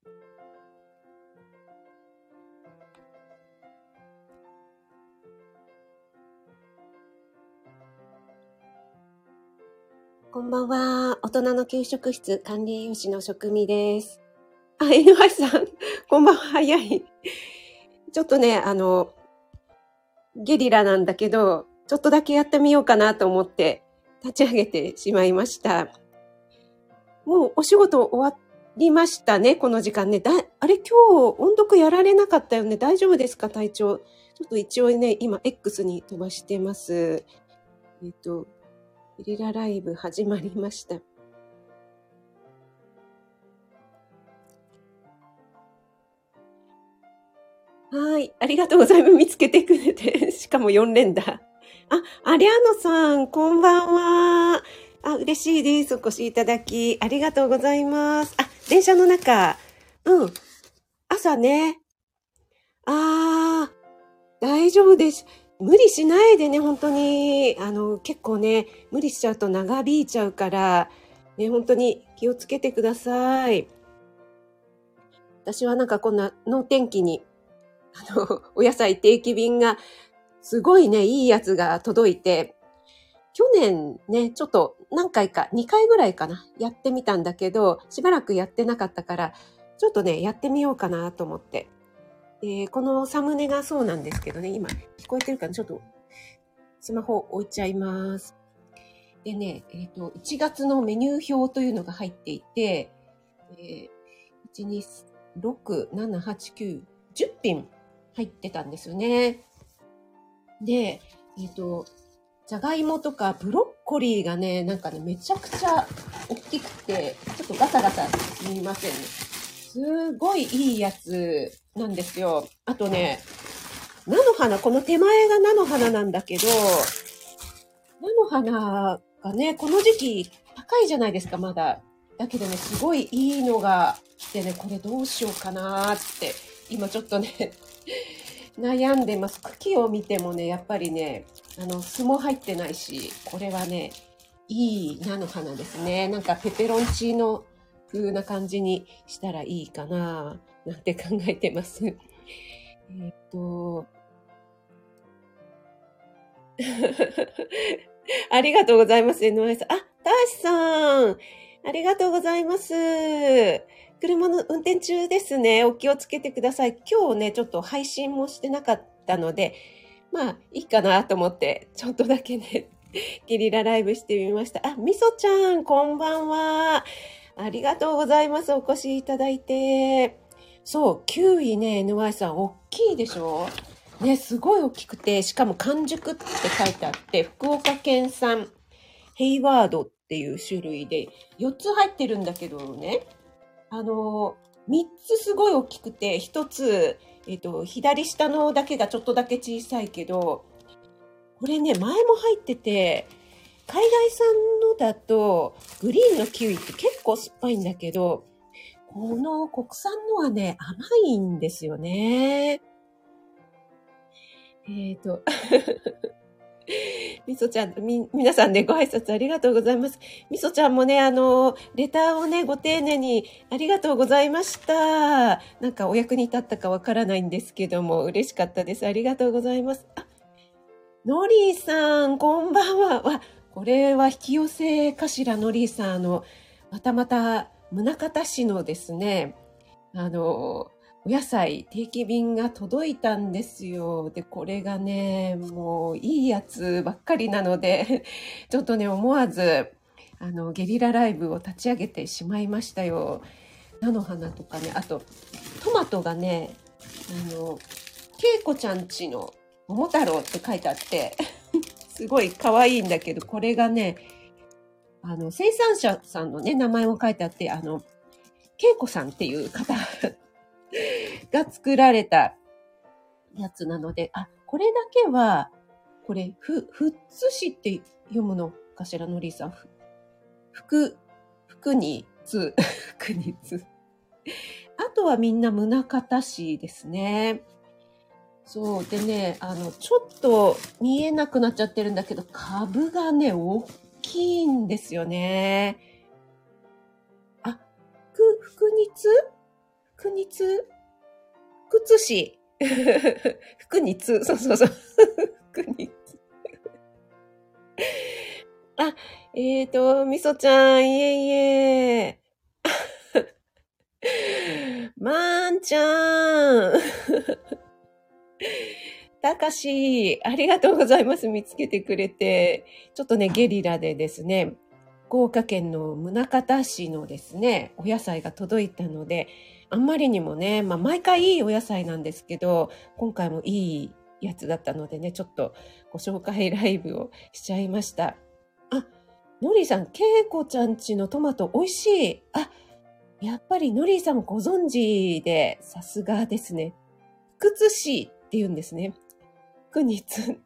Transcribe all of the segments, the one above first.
こんばんは。大人の給食室管理栄養士の職味です。NY さん、こんばんは。早い。ちょっとね、ゲリラなんだけど、ちょっとだけやってみようかなと思って立ち上げてしまいました。もうお仕事終わりましたね、この時間ね。あれ、今日音読やられなかったよね。大丈夫ですか、体調。ちょっと一応ね、今 X に飛ばしてます。ゲリラライブ始まりました。はい。ありがとうございます。見つけてくれて。しかも4連打。アリアーノさん、こんばんは。嬉しいです。お越しいただき。ありがとうございます。電車の中。朝ね。大丈夫です。無理しないでね、本当に。結構ね、無理しちゃうと長引いちゃうから、ね、本当に気をつけてください。私はなんかこんな能天気に、お野菜定期便がすごいね、いいやつが届いて、去年ね、ちょっと何回か、2回ぐらいかな、やってみたんだけど、しばらくやってなかったから、ちょっとね、やってみようかなと思って。このサムネがそうなんですけどね、今、聞こえてるかな、ちょっと、スマホ置いちゃいます。でね、1月のメニュー表というのが入っていて、1、2、6、7、8、9、10品入ってたんですよね。で、じゃがいもとかブロッコリーがね、なんかね、めちゃくちゃ大きくて、ちょっとガサガサすみませんね。すごいいいやつなんですよ。あとね、菜の花、この手前が菜の花なんだけど、菜の花がね、この時期高いじゃないですか、まだ。だけどね、すごいいいのが来てね、これどうしようかなーって、今ちょっとね、悩んでます。茎を見てもね、やっぱりね、巣も入ってないし、これはね、いい菜の花ですね。なんかペペロンチーノ風な感じにしたらいいかな、なんて考えてます。ありがとうございます、NY さん。ターシさん。ありがとうございます。車の運転中ですね。お気をつけてください。今日ね、ちょっと配信もしてなかったので、まあ、いいかなと思って、ちょっとだけね、ゲリラライブしてみました。みそちゃん、こんばんは。ありがとうございます。お越しいただいて。そう、キウイね、NY さん、大きいでしょね、すごい大きくて、しかも完熟って書いてあって、福岡県産ヘイワードっていう種類で、4つ入ってるんだけどね、3つすごい大きくて、1つ、左下のだけがちょっとだけ小さいけど、これね、前も入ってて、海外産のだと、グリーンのキウイって結構酸っぱいんだけど、この国産のはね、甘いんですよね。みそちゃん、皆さんね、ご挨拶ありがとうございます。みそちゃんもね、レターをね、ご丁寧にありがとうございました。なんかお役に立ったかわからないんですけども、嬉しかったです。ありがとうございます。ノリーさん、こんばんは。これは引き寄せかしら、ノリーさん。またまた、宗像市のですね、お野菜定期便が届いたんですよ。で、これがね、もういいやつばっかりなので、ちょっとね、思わず、ゲリラライブを立ち上げてしまいましたよ。菜の花とかね、あと、トマトがね、けいこちゃんちの桃太郎って書いてあって、すごい可愛いんだけど、これがね、生産者さんのね、名前も書いてあって、けいこさんっていう方が作られたやつなので、これだけは、これ、ふっつしって読むのかしら、のりさん。福につ、福につ。あとはみんな宗像市ですね。そう。でね、ちょっと見えなくなっちゃってるんだけど、株がね、大きいんですよね。福につにつ、靴し。服につ、そうそうそう。服につ。あ、みそちゃん、いえいえ。まーんちゃん。たかし、ありがとうございます。見つけてくれて。ちょっとね、ゲリラでですね、福岡県の宗像市のですね、お野菜が届いたので、あんまりにもね、毎回いいお野菜なんですけど、今回もいいやつだったのでね、ちょっとご紹介ライブをしちゃいました。あ、のりさん、けいこちゃんちのトマト美味しい。あ、やっぱりのりさんご存知で、さすがですね。福津市って言うんですね。福につって。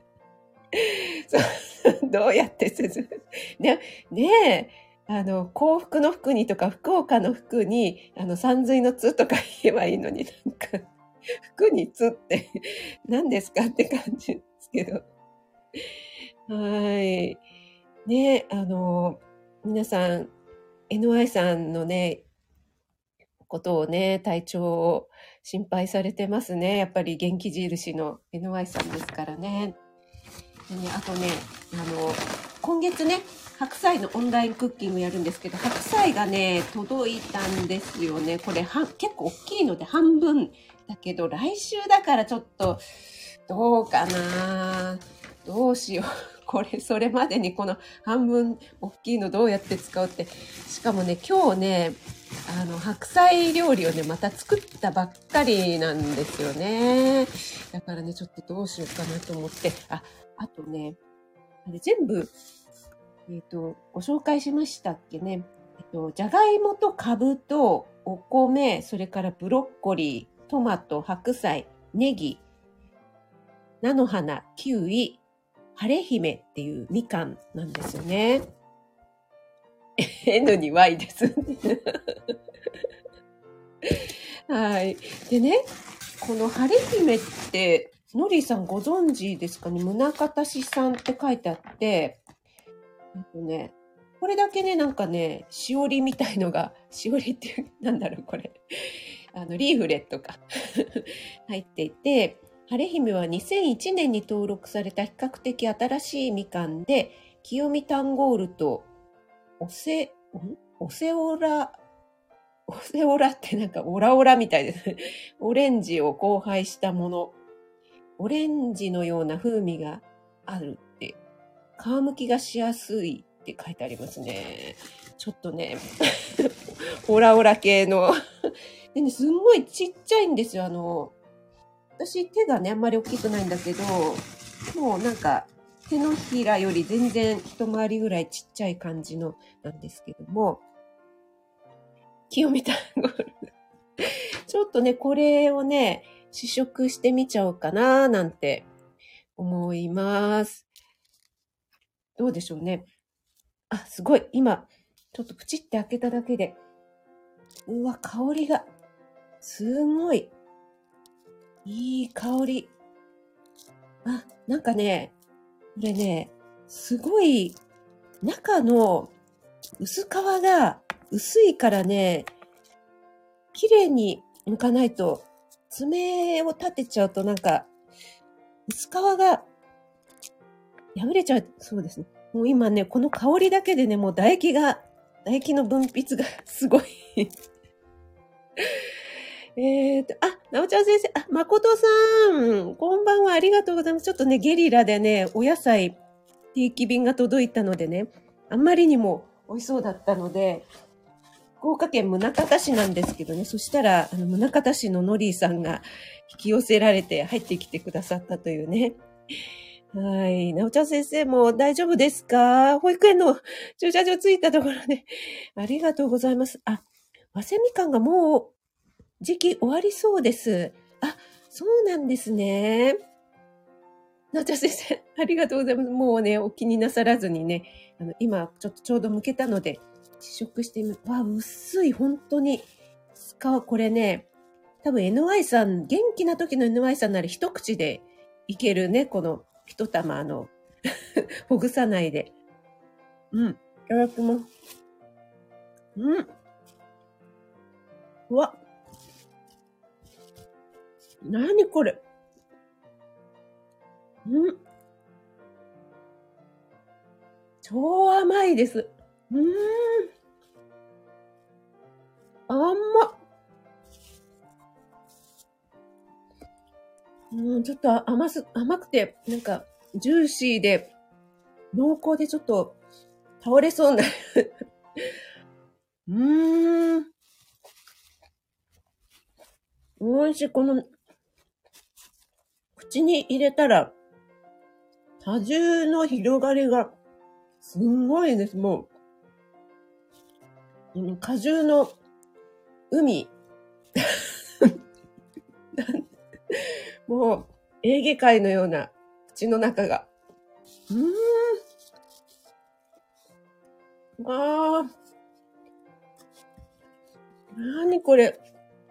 そうどうやって説明ねえ、幸福の福にとか、福岡の福に、山水のつとか言えばいいのになんか、福につって何ですかって感じですけど。はい。ね、皆さん、NY さんのね、ことをね、体調を心配されてますね。やっぱり元気印の NY さんですからね。でね、あとね、今月ね、白菜のオンラインクッキングやるんですけど、白菜がね、届いたんですよね。これ結構大きいので半分だけど、来週だからちょっと、どうかなどうしよう。これ、それまでにこの半分大きいのどうやって使うって。しかもね、今日ね、白菜料理をね、また作ったばっかりなんですよね。だからね、ちょっとどうしようかなと思って。あとね、あれ全部、ご紹介しましたっけね。じゃがいもとかぶとお米、それからブロッコリー、トマト、白菜、ネギ、菜の花、キウイ、晴れ姫っていうみかんなんですよね。N に Y です。はい。でね、この晴れ姫って、のりさんご存知ですかね。宗像市産って書いてあって、これだけね、なんかね、しおりみたいのが、しおりっていう、なんだろう、これ。リーフレットが入っていて、晴れ姫は2001年に登録された比較的新しいみかんで、清見タンゴールとオセオラってなんかオラオラみたいです。オレンジを交配したもの。オレンジのような風味があるって、皮むきがしやすいって書いてありますね。ちょっとね、オラオラ系の。でね、すんごいちっちゃいんですよ。私手がね、あんまり大きくないんだけど、もうなんか手のひらより全然一回りぐらいちっちゃい感じのなんですけども、清見タンゴール。ちょっとね、これをね、試食してみちゃおうかななんて思います。どうでしょうね。すごい。今、ちょっとプチって開けただけで、うわ、香りが、すごい、いい香り。なんかね、これね、すごい、中の薄皮が薄いからね、綺麗に剥かないと、爪を立てちゃうとなんか、薄皮が破れちゃう。そうですね。もう今ね、この香りだけでね、もう唾液の分泌がすごい。なおちゃん先生、誠さん、こんばんは、ありがとうございます。ちょっとね、ゲリラでね、お野菜、定期便が届いたのでね、あんまりにも美味しそうだったので、福岡県宗像市なんですけどね、そしたら、宗像市のノリーさんが引き寄せられて入ってきてくださったというね。はい。なおちゃん先生も大丈夫ですか？保育園の駐車場着いたところで、ありがとうございます。早生みかんがもう時期終わりそうです。そうなんですね。なおちゃん先生、ありがとうございます。もうね、お気になさらずにね、今ちょうど剥けたので、試食してみ、薄い、本当に。これね、多分 NY さん、元気な時の NY さんなら一口でいけるね、この一玉ほぐさないで。いただきます。うわ、 なにこれ。超甘いです。甘っ。ちょっと甘くて、なんか、ジューシーで、濃厚でちょっと、倒れそうな。おいしい。この、口に入れたら、果汁の広がりが、すんごいです。もう、果汁の海。もう、エーゲ海のような口の中が。なにこれ。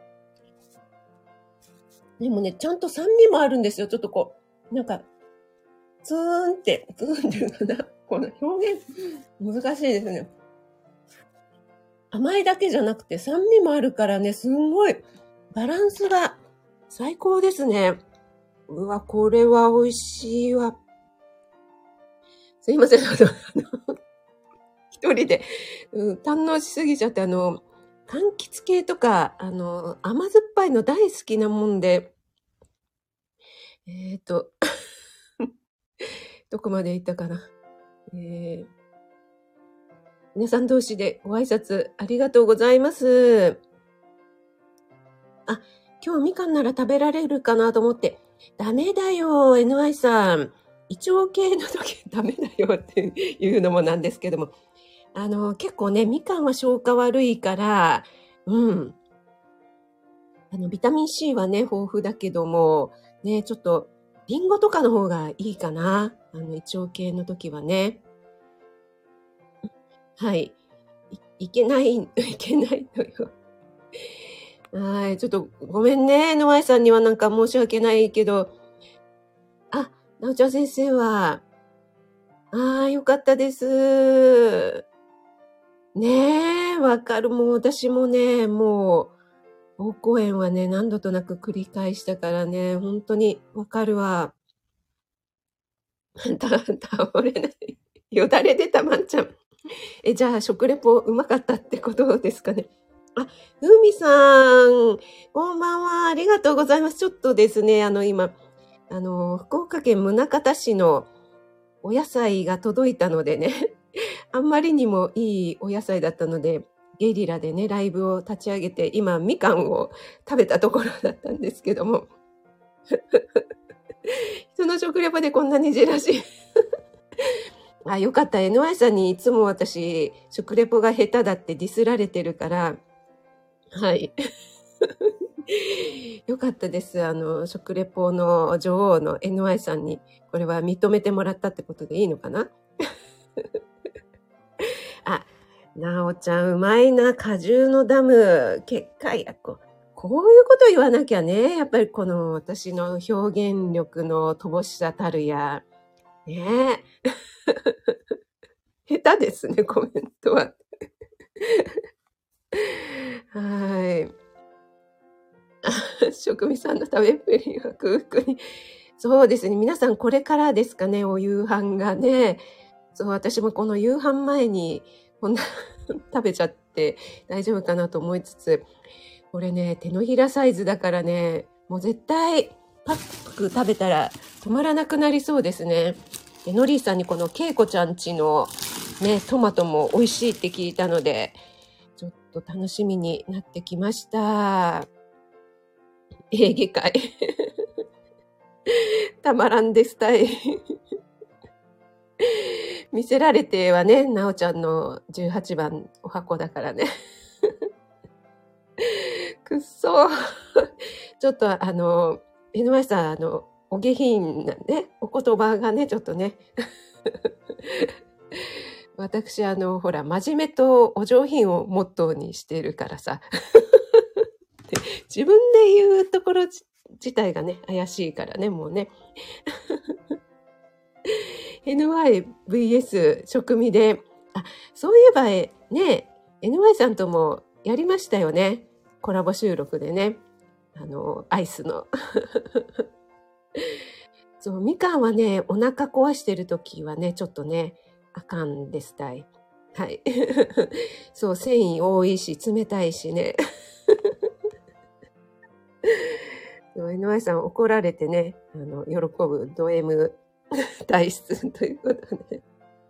でもね、ちゃんと酸味もあるんですよ。ちょっとこう、なんか、ツーンっていうかな。この表現、難しいですね。甘いだけじゃなくて酸味もあるからね、すんごい、バランスが最高ですね。うわ、これは美味しいわ。すいません。一人で、堪能しすぎちゃって、柑橘系とか、甘酸っぱいの大好きなもんで、どこまで行ったかな。皆さん同士でご挨拶ありがとうございます。あ、今日みかんなら食べられるかなと思って、ダメだよ、NY さん。胃腸系の時ダメだよっていうのもなんですけども。結構ね、みかんは消化悪いから、ビタミン C はね、豊富だけども、ね、ちょっと、リンゴとかの方がいいかな。胃腸系の時はね。はい。いけないのよ。はい。ちょっとごめんね。ノアイさんにはなんか申し訳ないけど。あ、なおちゃん先生は。よかったです。ねえ、わかる。もう私もね、もう、膀胱炎はね、何度となく繰り返したからね、本当にわかるわ。倒れない。よだれ出た、まんちゃん。じゃあ、食レポうまかったってことですかね。ふみさん、こんばんは。ありがとうございます。ちょっとですね、今、福岡県宗像市のお野菜が届いたのでね、あんまりにもいいお野菜だったので、ゲリラでね、ライブを立ち上げて、今、みかんを食べたところだったんですけども。人の食レポでこんなにじらしい。よかった。NY さんにいつも私、食レポが下手だってディスられてるから、はい。よかったです。食レポの女王の NY さんに、これは認めてもらったってことでいいのかななおちゃん、うまいな。果汁のダム、結界や。こういうこと言わなきゃね。やっぱりこの私の表現力の乏しさたるや。ねえ。下手ですね、コメントは。はい。職味さんの食べっぷりは空腹に。そうですね。皆さんこれからですかね、お夕飯がね。そう、私もこの夕飯前にこんな食べちゃって大丈夫かなと思いつつ、これね、手のひらサイズだからね、もう絶対パック食べたら止まらなくなりそうですね。でノリーさんにこのケイコちゃんちのね、トマトも美味しいって聞いたので、ちょっと楽しみになってきました。エーゲ海。たまらんでスタイル。見せられてはね、なおちゃんの18番お箱だからね。くっそ。ちょっとNY さん、お下品なね、お言葉がね、ちょっとね。私、ほら、真面目とお上品をモットーにしてるからさ。自分で言うところ自体がね、怪しいからね、もうね。NYVS 食味で、そういえばね、NY さんともやりましたよね。コラボ収録でね。 アイスの。そう、みかんはね、お腹壊してるときはね、ちょっとね、あかんですたい。はい。そう、繊維多いし、冷たいしね。NY さん怒られてね、喜ぶド M 体質ということで。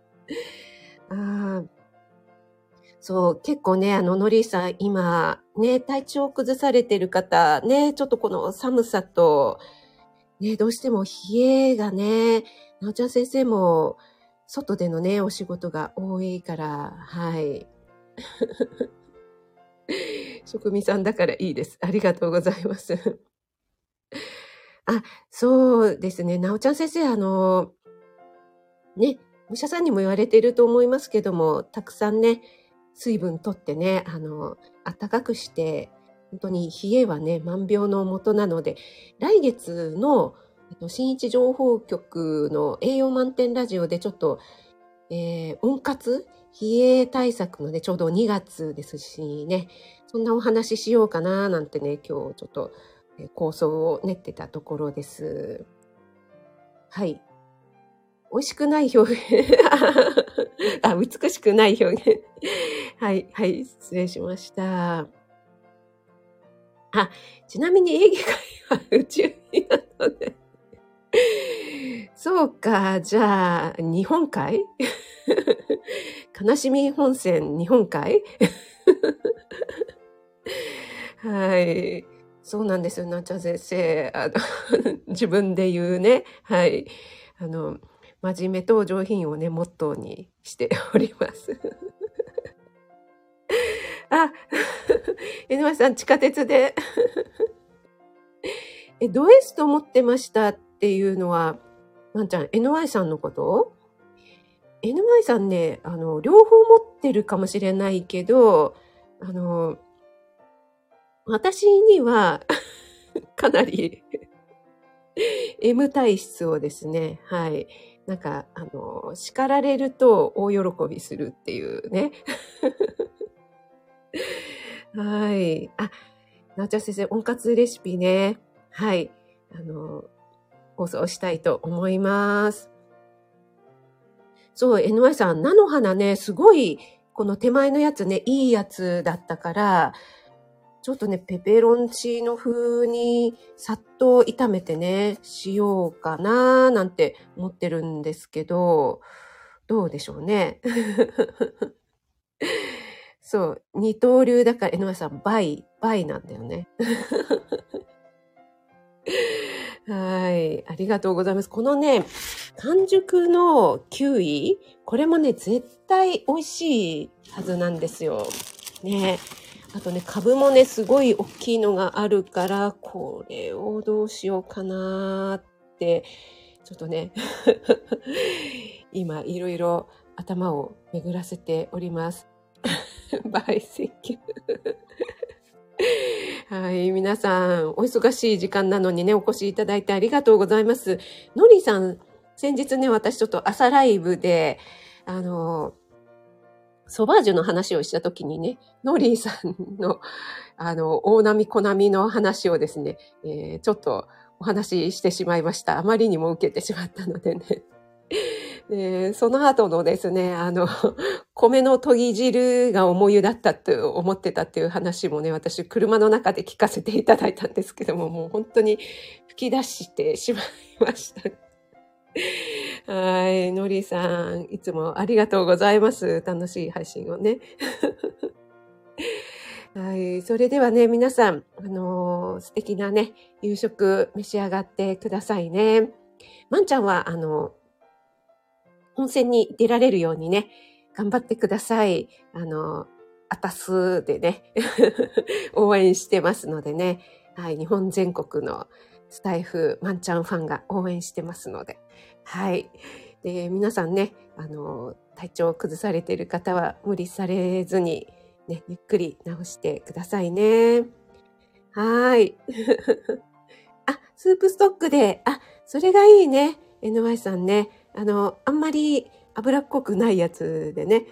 そう、結構ね、のりさん、今、ね、体調を崩されてる方、ね、ちょっとこの寒さと、ね、どうしても冷えがね、なおちゃん先生も、外でのね、お仕事が多いから、はい。職味さんだからいいです。ありがとうございます。そうですね。なおちゃん先生、ね、お医者さんにも言われてると思いますけども、たくさんね、水分取ってね、暖かくして、本当に冷えはね、万病のもとなので、来月の、新一情報局の栄養満点ラジオでちょっと、温活冷え対策のね、ちょうど2月ですしね、そんなお話ししようかななんてね、今日ちょっと、構想を練ってたところです。はい。美味しくない表現。美しくない表現。はい、はい、失礼しました。ちなみにエーゲ海は宇宙になので。そうか、じゃあ、日本海悲しみ本線日本海はい。そうなんですよ、なっちゃん先生。自分で言うね。はい。真面目と上品をね、モットーにしております。NY さん、地下鉄で。ド S と思ってましたっていうのは、なんちゃん、NY さんのこと？ NY さんね、両方持ってるかもしれないけど、私には、かなりM 体質をですね、はい。なんか、叱られると大喜びするっていうね。はい。なおちゃん先生、温活レシピね。はい。放送したいと思います。そう、NY さん、菜の花ね、すごい、この手前のやつね、いいやつだったから、ちょっとね、ペペロンチーノ風にさっと炒めてね、しようかななんて思ってるんですけど、どうでしょうね。そう、二刀流だから、NY さん、倍なんだよね。はい。ありがとうございます。このね、完熟のキウイ、これもね、絶対美味しいはずなんですよ。ね。あとね、株もね、すごい大きいのがあるから、これをどうしようかなって、ちょっとね、今、いろいろ頭を巡らせております。バイセキュはい。皆さん、お忙しい時間なのにね、お越しいただいてありがとうございます。のりさん、先日ね、私ちょっと朝ライブで、ソバージュの話をしたときにね、のりさんの、大波小波の話をですね、ちょっとお話ししてしまいました。あまりにも受けてしまったのでね。その後のですね、米の研ぎ汁が重湯だったと思ってたっていう話もね、私車の中で聞かせていただいたんですけども、もう本当に吹き出してしまいました。はい。のりさん、いつもありがとうございます。楽しい配信をね。はい。それではね、皆さん、素敵なね、夕食召し上がってくださいね。まんちゃんは、温泉に出られるようにね、頑張ってください。あたすでね、応援してますのでね。はい。日本全国のスタイフ、まんちゃんファンが応援してますので。はい。で、皆さんね、体調を崩されている方は無理されずに、ね、ゆっくり治してくださいね。はい。スープストックで、それがいいね。NY さんね。あんまり脂っこくないやつでね。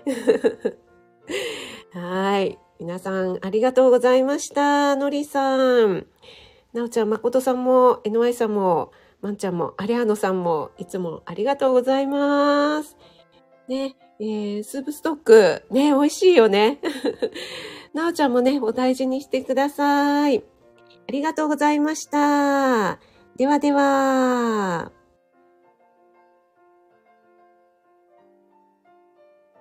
はい。皆さん、ありがとうございました。のりさん。 なおちゃん、まことさんも、NY さんも、まんちゃんも、アレアノさんも、いつもありがとうございます。ね、スープストック、ね、美味しいよね。なおちゃんもね、お大事にしてください。ありがとうございました。ではでは。